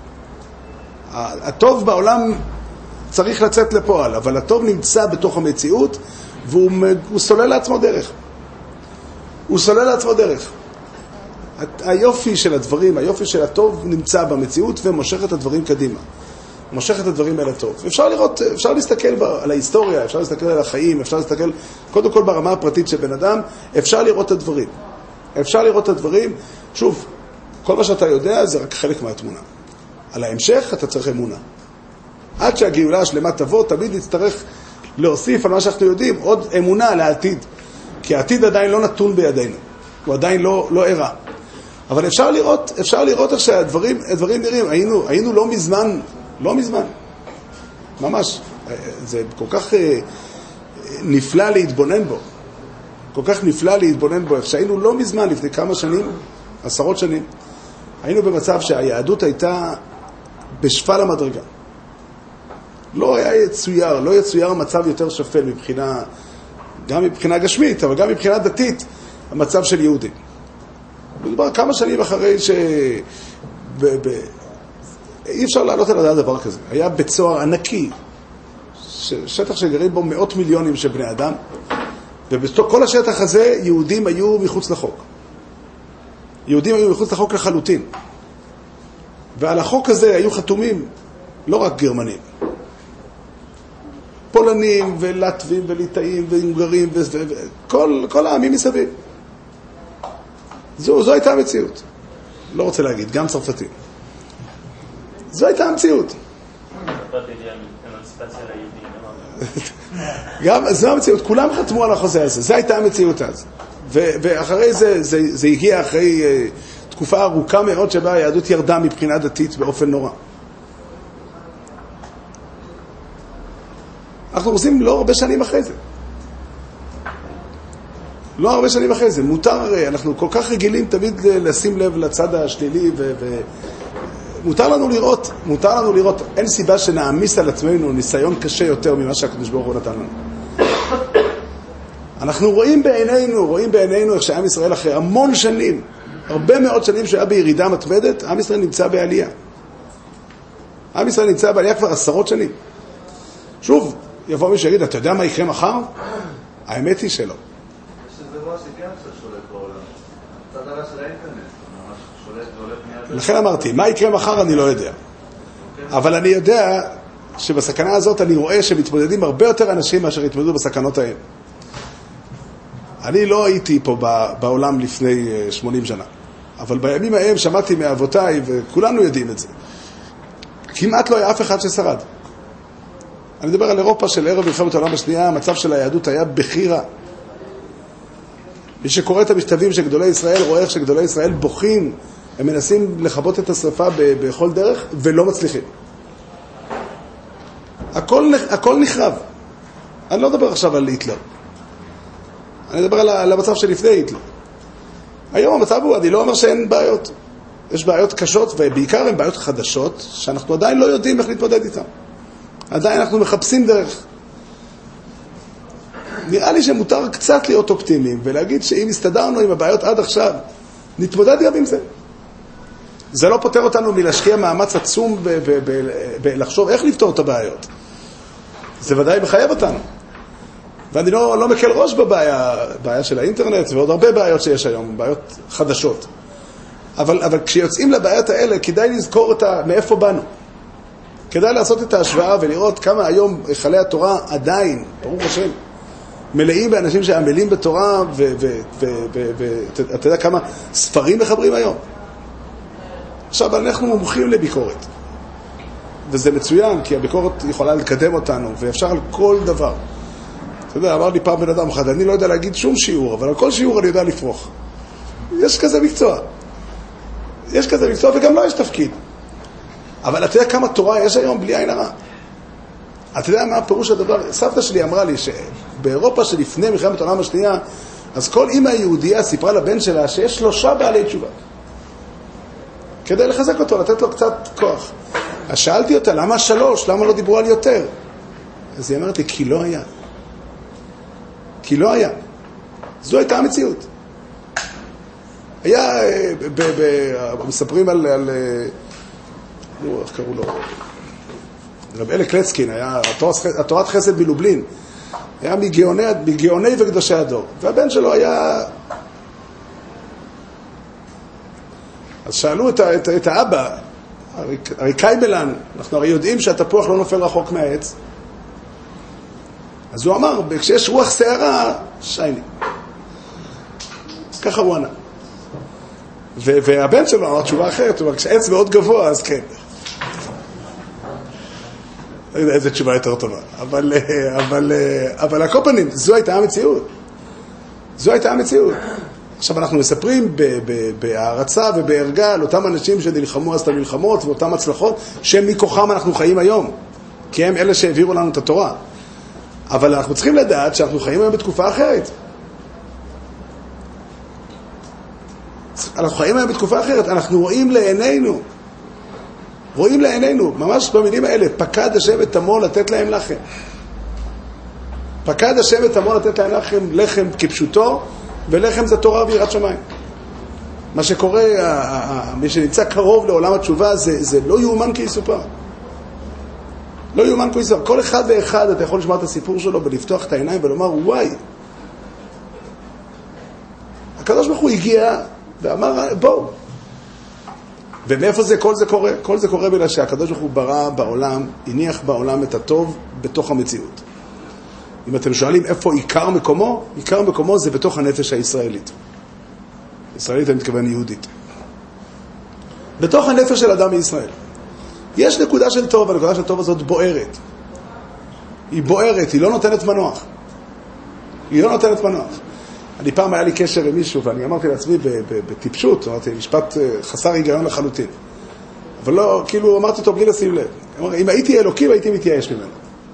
הטוב בעולם צריך לצאת לפועל, אבל הטוב נמצא בתוך המציאות, והוא סולל לעצמו דרך. הוא סולל לעצמו דרך. היופי של הדברים, היופי של הטוב נמצא במציאות ומושך את הדברים קדימה. מושך את הדברים אל הטוב. אפשר לראות, אפשר להסתכל על ההיסטוריה, אפשר להסתכל על החיים, אפשר להסתכל, קודם כל ברמה הפרטית של בן אדם, אפשר לראות את הדברים. אפשר לראות את הדברים. שוב, כל מה שאתה יודע זה רק חלק מהתמונה. על ההמשך אתה צריך אמונה. עד שהגאולה השלמה תבוא, תמיד נצטרך להוסיף על מה שאנחנו יודעים, עוד אמונה לעתיד. כי העתיד עדיין לא נתון בידינו. הוא עדיין לא, לא ערה. אבל אפשר לראות, אפשר לראות איך שהדברים, הדברים נראים. היינו, היינו לא מזמן, לא מזמן. ממש. זה כל כך נפלא להתבונן בו. כל כך נפלא להתבונן בו. שהיינו לא מזמן, לפני כמה שנים, עשרות שנים, היינו במצב שהיהדות הייתה בשפל המדרגה. לא היה יצויר, לא יצויר המצב יותר שפל מבחינה, גם מבחינה גשמית, אבל גם מבחינה דתית, המצב של יהודים. מדובר כמה שנים אחרי ש... ב... ב... אי אפשר לעלות על הדעת דבר כזה. היה בית סוהר ענקי, ש... שטח שגרים בו מאות מיליונים של בני אדם, ובכל השטח הזה יהודים היו מחוץ לחוק. יהודים היו מחוץ לחוק לחלוטין. ועל החוק הזה היו חתומים לא רק גרמנים. פולנים ולטבים וליטאים והונגרים וכל כל העמים מסביב. זו, זו הייתה המציאות. לא רוצה להגיד, גם צרפתים. זו הייתה המציאות. גם, זו המציאות. כולם חתמו על החוזה הזה. זו הייתה המציאות אז. ו, ואחרי זה, זה, זה הגיע אחרי uh, תקופה ארוכה מאוד שבה היהדות ירדה מבחינה דתית באופן נורא. אנחנו עושים לא הרבה שנים אחרי זה. לא הרבה שנים אחרי זה. מותר, אנחנו כל כך רגילים תמיד לשים לב לצד השלילי, ומותר לנו לראות, מותר לנו לראות, אין סיבה שנעמיס על עצמנו ניסיון קשה יותר ממה שהקדוש ברוך הוא נתן לנו. אנחנו רואים בעינינו, רואים בעינינו איך שעם ישראל אחרי המון שנים, הרבה מאוד שנים שהיה בירידה מתמדת, עם ישראל נמצא בעלייה. עם ישראל נמצא בעלייה כבר עשרות שנים. שוב, יבוא מי שיגיד, אתה יודע מה יקרה מחר? האמת היא שלא. יש איזה דבר שכן עכשיו שולט בעולם. הצד הרע של האינטרנט, ממש שולט והולך מיד... לכן אמרתי, מה יקרה מחר אני לא יודע. אבל אני יודע שבסכנה הזאת אני רואה שמתמודדים הרבה יותר אנשים מאשר התמודדו בסכנות האלה. אני לא הייתי פה בעולם לפני שמונים שנה. אבל בימים ההם שמעתי מאבותיי, וכולנו יודעים את זה. כמעט לא היה אף אחד ששרד. אני מדבר על אירופה של ערב מלחמת העולם השנייה, המצב של היהדות היה בכי רע. מי שקורא את המכתבים של גדולי ישראל, רואה איך שגדולי ישראל בוכים, הם מנסים לחבות את השרפה בכל דרך, ולא מצליחים. הכל, הכל נחרב. אני לא מדבר עכשיו על היטלר. אני מדבר על, על המצב שלפני היטלר. היום המצב הוא, אני לא אומר שאין בעיות. יש בעיות קשות, ובעיקר הן בעיות חדשות, שאנחנו עדיין לא יודעים איך להתמודד איתן. עדיין אנחנו מחפשים דרך. נראה לי שמותר קצת להיות אופטימיים, ולהגיד שאם הסתדרנו עם הבעיות עד עכשיו, נתמודד גם עם זה. זה לא פותר אותנו מלהשקיע מאמץ עצום ולחשוב איך לפתור את הבעיות. זה ודאי מחייב אותנו. ואני לא, לא מקל ראש בבעיה, בעיה של האינטרנט, ועוד הרבה בעיות שיש היום, בעיות חדשות. אבל, אבל כשיוצאים לבעיות האלה, כדאי לזכור את ה, מאיפה באנו. כדאי לעשות את ההשוואה ולראות כמה היום היכלי התורה עדיין, ברוך השם, מלאים באנשים שעמלים בתורה, ואתה יודע כמה ספרים מחברים היום? עכשיו, אנחנו מומחים לביקורת. וזה מצוין, כי הביקורת יכולה לקדם אותנו, ואפשר על כל דבר. אתה יודע, אמר לי פעם בן אדם אחד, אני לא יודע להגיד שום שיעור, אבל על כל שיעור אני יודע לפרוח. יש כזה מקצוע. יש כזה מקצוע, וגם לא יש תפקיד. אבל אתה יודע כמה תורה יש היום בלי עין הרע? אתה יודע מה הפירוש הדבר? סבתא שלי אמרה לי שבאירופה שלפני מלחמת העולם השנייה, אז כל אמא יהודייה סיפרה לבן שלה שיש שלושה בעלי תשובה. כדי לחזק אותו, לתת לו קצת כוח. אז שאלתי אותה, למה שלוש? למה לא דיברו על יותר? אז היא אמרת לי, כי לא היה. כי לא היה. זו הייתה המציאות. היה, מספרים על, על איך קראו לו? רב אלי קלצקין, היה התורת חסד בלובלין. היה מגאוני, מגאוני וקדושי הדור. והבן שלו היה... אז שאלו את, את, את האבא, הרי, הרי קיימלן, אנחנו הרי יודעים שהתפוח לא נופל רחוק מהעץ. אז הוא אמר, כשיש רוח שערה, שייני. ככה הוא ענה. ו- והבן שלו אמר תשובה אחרת, הוא אמר, כשעץ מאוד גבוה, אז כן. איזו תשובה יותר טובה. אבל, אבל, אבל הקופנים, זו הייתה המציאות. זו הייתה המציאות. עכשיו אנחנו מספרים בהערצה ובהרגע על אותם אנשים שנלחמו אז את המלחמות ואותם הצלחות, שהם מכוחם אנחנו חיים היום. כי הם אלה שהעבירו לנו את התורה. אבל אנחנו צריכים לדעת שאנחנו חיים היום בתקופה אחרת. אנחנו חיים היום בתקופה אחרת. אנחנו רואים לעינינו. רואים לעינינו, ממש במילים האלה, פקד השם את עמו לתת להם לחם. פקד השם את עמו לתת להם לחם, לחם כפשוטו, ולחם זה תורה ויראת שמיים. מה שקורה, מי שנמצא קרוב לעולם התשובה, זה, זה לא יאומן כי יסופר. לא יאומן כי יסופר. כל אחד ואחד אתה יכול לשמוע את הסיפור שלו ולפתוח את העיניים ולומר, וואי. הקדוש ברוך הוא הגיע ואמר, בואו. ומאיפה זה, כל זה קורה? כל זה קורה בגלל שהקדוש ברוך הוא ברא בעולם, הניח בעולם את הטוב בתוך המציאות. אם אתם שואלים איפה עיקר מקומו, עיקר מקומו זה בתוך הנפש הישראלית. ישראלית אני מתכוון יהודית. בתוך הנפש של אדם מישראל. יש נקודה של טוב, והנקודה של טוב הזאת בוערת. היא בוערת, היא לא נותנת מנוח. היא לא נותנת מנוח. אני פעם היה לי קשר עם מישהו, ואני אמרתי לעצמי בטיפשות, אמרתי, משפט חסר היגיון לחלוטין. אבל לא, כאילו, אמרתי אותו בלי לשים לב. אמרתי, אם הייתי אלוקים, הייתי מתייאש ממנו.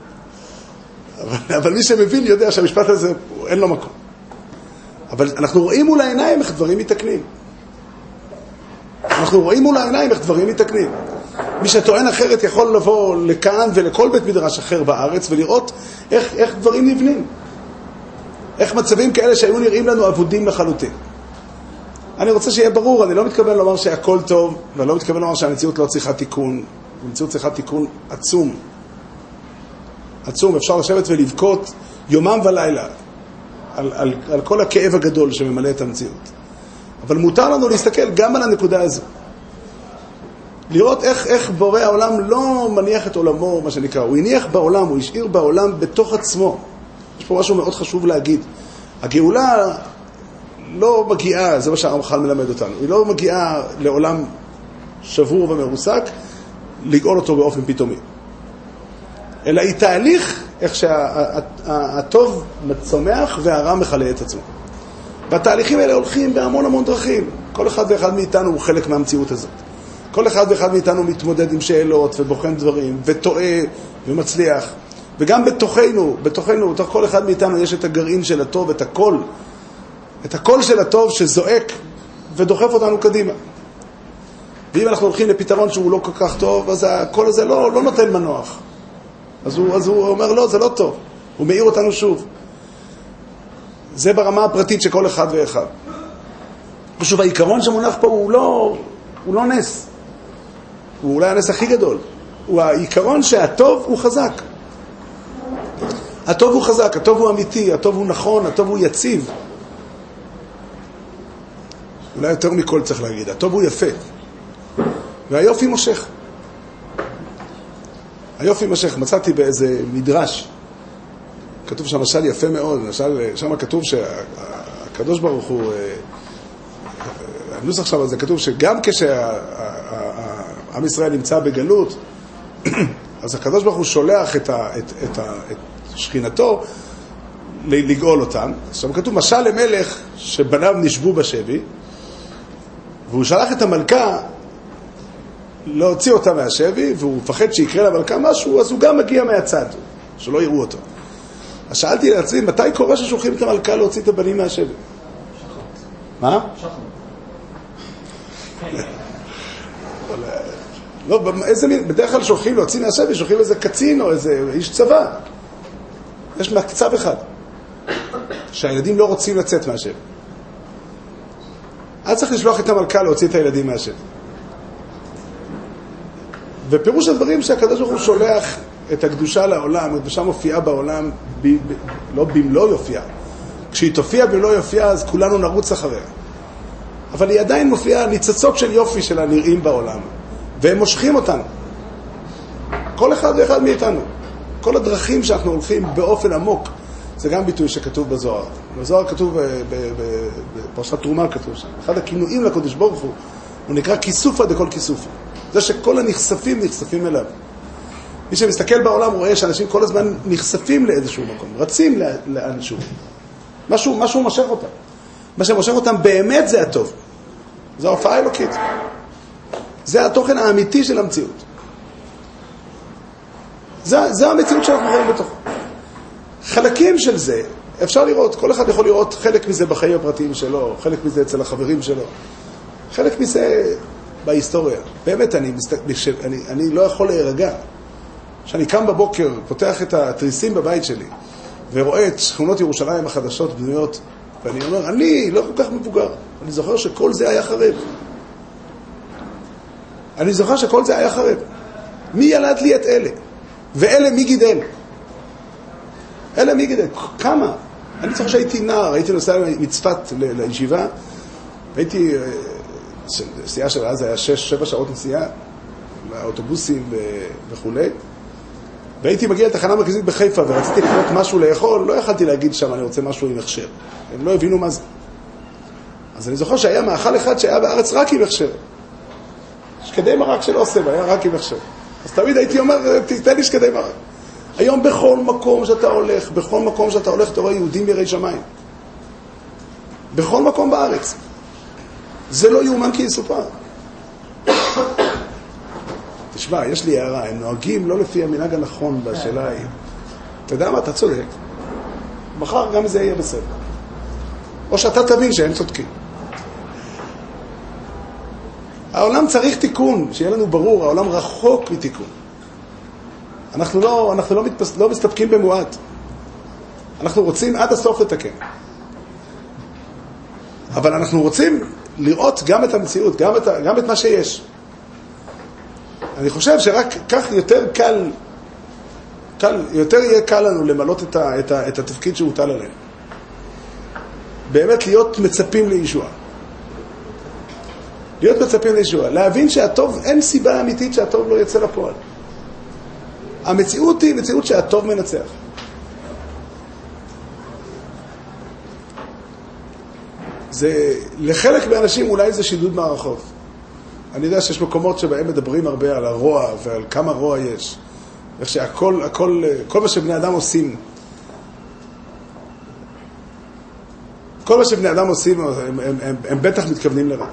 אבל, אבל מי שמבין יודע שהמשפט הזה, אין לו מקום. אבל אנחנו רואים מול העיניים איך דברים מתקנים. אנחנו רואים מול העיניים איך דברים מתקנים. מי שטוען אחרת יכול לבוא לכאן ולכל בית מדרש אחר בארץ, ולראות איך, איך דברים נבנים. איך מצבים כאלה שהיו נראים לנו עבודים לחלוטין. אני רוצה שיהיה ברור, אני לא מתכוון לומר שהכל טוב, ואני לא מתכוון לומר שהמציאות לא צריכה תיקון. המציאות צריכה תיקון עצום. עצום, אפשר לשבת ולבכות יומם ולילה על, על, על כל הכאב הגדול שממלא את המציאות. אבל מותר לנו להסתכל גם על הנקודה הזו. לראות איך, איך בורא העולם לא מניח את עולמו, מה שנקרא. הוא הניח בעולם, הוא השאיר בעולם בתוך עצמו. יש פה משהו מאוד חשוב להגיד. הגאולה לא מגיעה, זה מה שהרמח"ל מלמד אותנו, היא לא מגיעה לעולם שבור ומרוסק, לגאול אותו באופן פתאומי. אלא היא תהליך איך שהטוב מצומח והרע מחלה את עצמו. והתהליכים האלה הולכים בהמון המון דרכים. כל אחד ואחד מאיתנו הוא חלק מהמציאות הזאת. כל אחד ואחד מאיתנו מתמודד עם שאלות ובוחן דברים וטועה ומצליח. וגם בתוכנו, בתוכנו, בתוך כל אחד מאיתנו יש את הגרעין של הטוב, את הקול, את הקול של הטוב שזועק ודוחף אותנו קדימה. ואם אנחנו הולכים לפתרון שהוא לא כל כך טוב, אז הקול הזה לא, לא נותן מנוח. אז הוא, אז הוא אומר, לא, זה לא טוב. הוא מאיר אותנו שוב. זה ברמה הפרטית של כל אחד ואחד. ושוב, העיקרון שמונח פה הוא לא, הוא לא נס. הוא אולי הנס הכי גדול. הוא העיקרון שהטוב הוא חזק. הטוב הוא חזק, הטוב הוא אמיתי, הטוב הוא נכון, הטוב הוא יציב. אולי יותר מכל צריך להגיד, הטוב הוא יפה. והיופי מושך. היופי מושך. מצאתי באיזה מדרש, כתוב שם משל יפה מאוד, משל, שם כתוב שהקדוש ברוך הוא, הנוסח שם זה כתוב שגם כשעם ישראל נמצא בגלות, אז הקדוש ברוך הוא שולח את, ה, את, את, ה, את שכינתו לגאול אותם. עכשיו כתוב משל למלך שבניו נשבו בשבי, והוא שלח את המלכה להוציא אותה מהשבי, והוא מפחד שיקרה למלכה משהו, אז הוא גם מגיע מהצד, שלא יראו אותו. אז שאלתי לעצמי, מתי קורה ששולחים את המלכה להוציא את הבנים מהשבי? מה? לא, איזה מין, בדרך כלל שולחים להוציא מהשבי, שולחים איזה קצין או איזה איש צבא. יש מקצב אחד, שהילדים לא רוצים לצאת מהשבי. אז צריך לשלוח את המלכה להוציא את הילדים מהשבי. ופירוש הדברים שהקדוש ברוך הוא שולח את הקדושה לעולם, הקדושה מופיעה בעולם, ב, ב, לא במלוא יופיעה. כשהיא תופיע במלוא יופיעה, אז כולנו נרוץ אחריה. אבל היא עדיין מופיעה, ניצצות של יופי שלה נראים בעולם. והם מושכים אותנו. כל אחד ואחד מאיתנו. כל הדרכים שאנחנו הולכים באופן עמוק, זה גם ביטוי שכתוב בזוהר. בזוהר כתוב, בפרשת תרומה כתוב שם. אחד הכינויים לקדוש ברוך הוא, הוא נקרא כיסופה דכל כיסופה. זה שכל הנחשפים נחשפים אליו. מי שמסתכל בעולם רואה שאנשים כל הזמן נחשפים לאיזשהו מקום, רצים לאנשהו. משהו, משהו משך אותם. מה שמושך אותם באמת זה הטוב. זו ההופעה האלוקית. זה התוכן האמיתי של המציאות. זה, זה המציאות שאנחנו חיים בתוך. חלקים של זה, אפשר לראות, כל אחד יכול לראות חלק מזה בחיים הפרטיים שלו, חלק מזה אצל החברים שלו, חלק מזה בהיסטוריה. באמת, אני, אני, אני לא יכול להירגע. כשאני קם בבוקר, פותח את התריסים בבית שלי, ורואה את שכונות ירושלים החדשות בנויות, ואני אומר, אני לא כל כך מבוגר. אני זוכר שכל זה היה חרב. אני זוכר שכל זה היה חרב. מי ילד לי את אלה? ואלה מי גידל? אלה מי גידל? כמה? אני זוכר שהייתי נער, הייתי נוסע מצפת לישיבה, והייתי, נסיעה של אז היה שש, שבע שעות נסיעה, לאוטובוסים וכו'. והייתי מגיע לתחנה מרכזית בחיפה, ורציתי לקנות משהו לאכול, לא יכלתי להגיד שם, אני רוצה משהו עם הכשר. הם לא הבינו מה זה. אז אני זוכר שהיה מאכל אחד שהיה בארץ רק עם הכשר. שקדי מרק של אוסם, היה רק עם הכשר. אז תמיד הייתי אומר, תתן לי שקדי מרק. היום בכל מקום שאתה הולך, בכל מקום שאתה הולך, אתה רואה יהודים יראי שמיים. בכל מקום בארץ. זה לא יאומן כי יסופר. תשמע, יש לי הערה, הם נוהגים לא לפי המנהג הנכון בשאלה ההיא. אתה יודע מה, אתה צודק. מחר גם זה יהיה בסדר. או שאתה תבין שהם צודקים. העולם צריך תיקון, שיהיה לנו ברור, העולם רחוק מתיקון. אנחנו לא, אנחנו לא, מתפס, לא מסתפקים במועט. אנחנו רוצים עד הסוף לתקן. אבל אנחנו רוצים לראות גם את המציאות, גם את, גם את מה שיש. אני חושב שרק כך יותר קל, קל, יותר יהיה קל לנו למלות את, ה, את, ה, את התפקיד שהוטל עלינו. באמת להיות מצפים לישוע. להיות מצפים לישוע. להבין שהטוב, אין סיבה אמיתית שהטוב לא יצא לפועל. המציאות היא מציאות שהטוב מנצח. זה, לחלק מהאנשים אולי זה שידוד מערכות. אני יודע שיש מקומות שבהם מדברים הרבה על הרוע ועל כמה רוע יש. איך שהכל, הכל, כל מה שבני אדם עושים, כל מה שבני אדם עושים, הם, הם, הם, הם בטח מתכוונים לרע.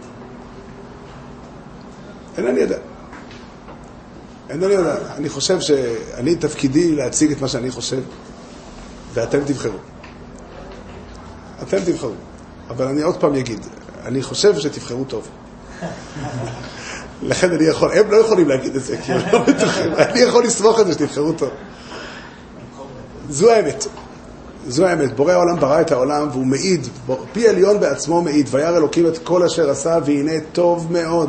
אינני יודע. אינני יודע. אני חושב שאני תפקידי להציג את מה שאני חושב, ואתם תבחרו. אתם תבחרו. אבל אני עוד פעם אגיד, אני חושב שתבחרו טוב. לכן אני יכול, הם לא יכולים להגיד את זה, כי הם לא בטוחים. אני יכול לסמוך את זה שתבחרו טוב. זו האמת. זו האמת. בורא העולם ברא את העולם, והוא מעיד, פי עליון בעצמו מעיד, וירא אלוקים את כל אשר עשה, והנה טוב מאוד.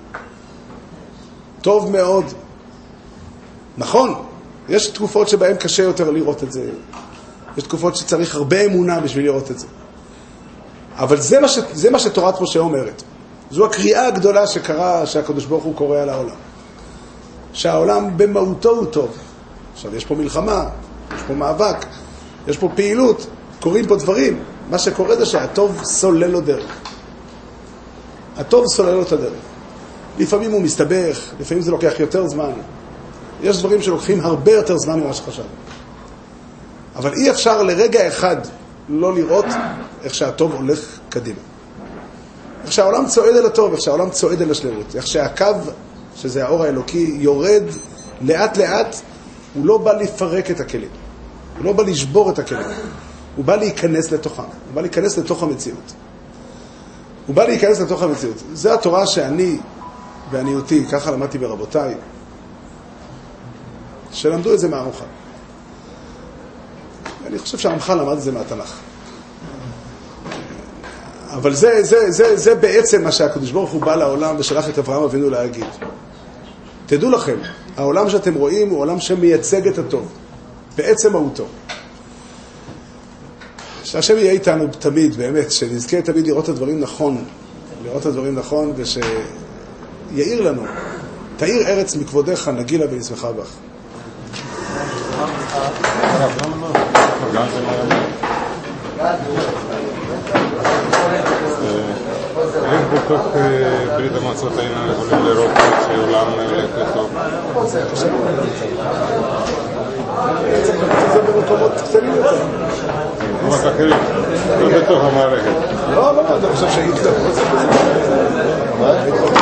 טוב מאוד. נכון, יש תקופות שבהן קשה יותר לראות את זה. יש תקופות שצריך הרבה אמונה בשביל לראות את זה. אבל זה מה, ש, זה מה שתורת משה אומרת. זו הקריאה הגדולה שקרה, שהקדוש ברוך הוא קורא על העולם. שהעולם במהותו הוא טוב. עכשיו, יש פה מלחמה, יש פה מאבק, יש פה פעילות, קוראים פה דברים. מה שקורה זה שהטוב סולל לו דרך. הטוב סולל לו את הדרך. לפעמים הוא מסתבך, לפעמים זה לוקח יותר זמן. יש דברים שלוקחים הרבה יותר זמן ממה שחשב. אבל אי אפשר לרגע אחד לא לראות איך שהטוב הולך קדימה. איך שהעולם צועד אל הטוב, איך שהעולם צועד אל השלמות. איך שהקו, שזה האור האלוקי, יורד לאט לאט, הוא לא בא לפרק את הכלים. הוא לא בא לשבור את הכלים. הוא בא להיכנס לתוכם. הוא בא להיכנס לתוך המציאות. הוא בא להיכנס לתוך המציאות. זה התורה שאני, בעניותי, ככה למדתי ברבותיי, שלמדו את זה מהרמח"ל. אני חושב שהרמח"ל למד את זה מהתנ"ך. אבל זה, זה, זה, זה בעצם מה שהקדוש ברוך הוא בא לעולם ושלח את אברהם אבינו להגיד. תדעו לכם, העולם שאתם רואים הוא עולם שמייצג את הטוב. בעצם מהותו. שהשם יהיה איתנו תמיד, באמת, שנזכה תמיד לראות את הדברים נכון, לראות את הדברים נכון, ושיעיר לנו, תאיר ארץ מכבודך, נגילה ונשמחה בך. איך בתוך ברית המועצות היינו יכולים לראות שעולם הולך לטוב? זה במקומות קטנים יותר. במקומות אחרים, לא בתוך המערכת. לא, לא, אני חושב שהיטלר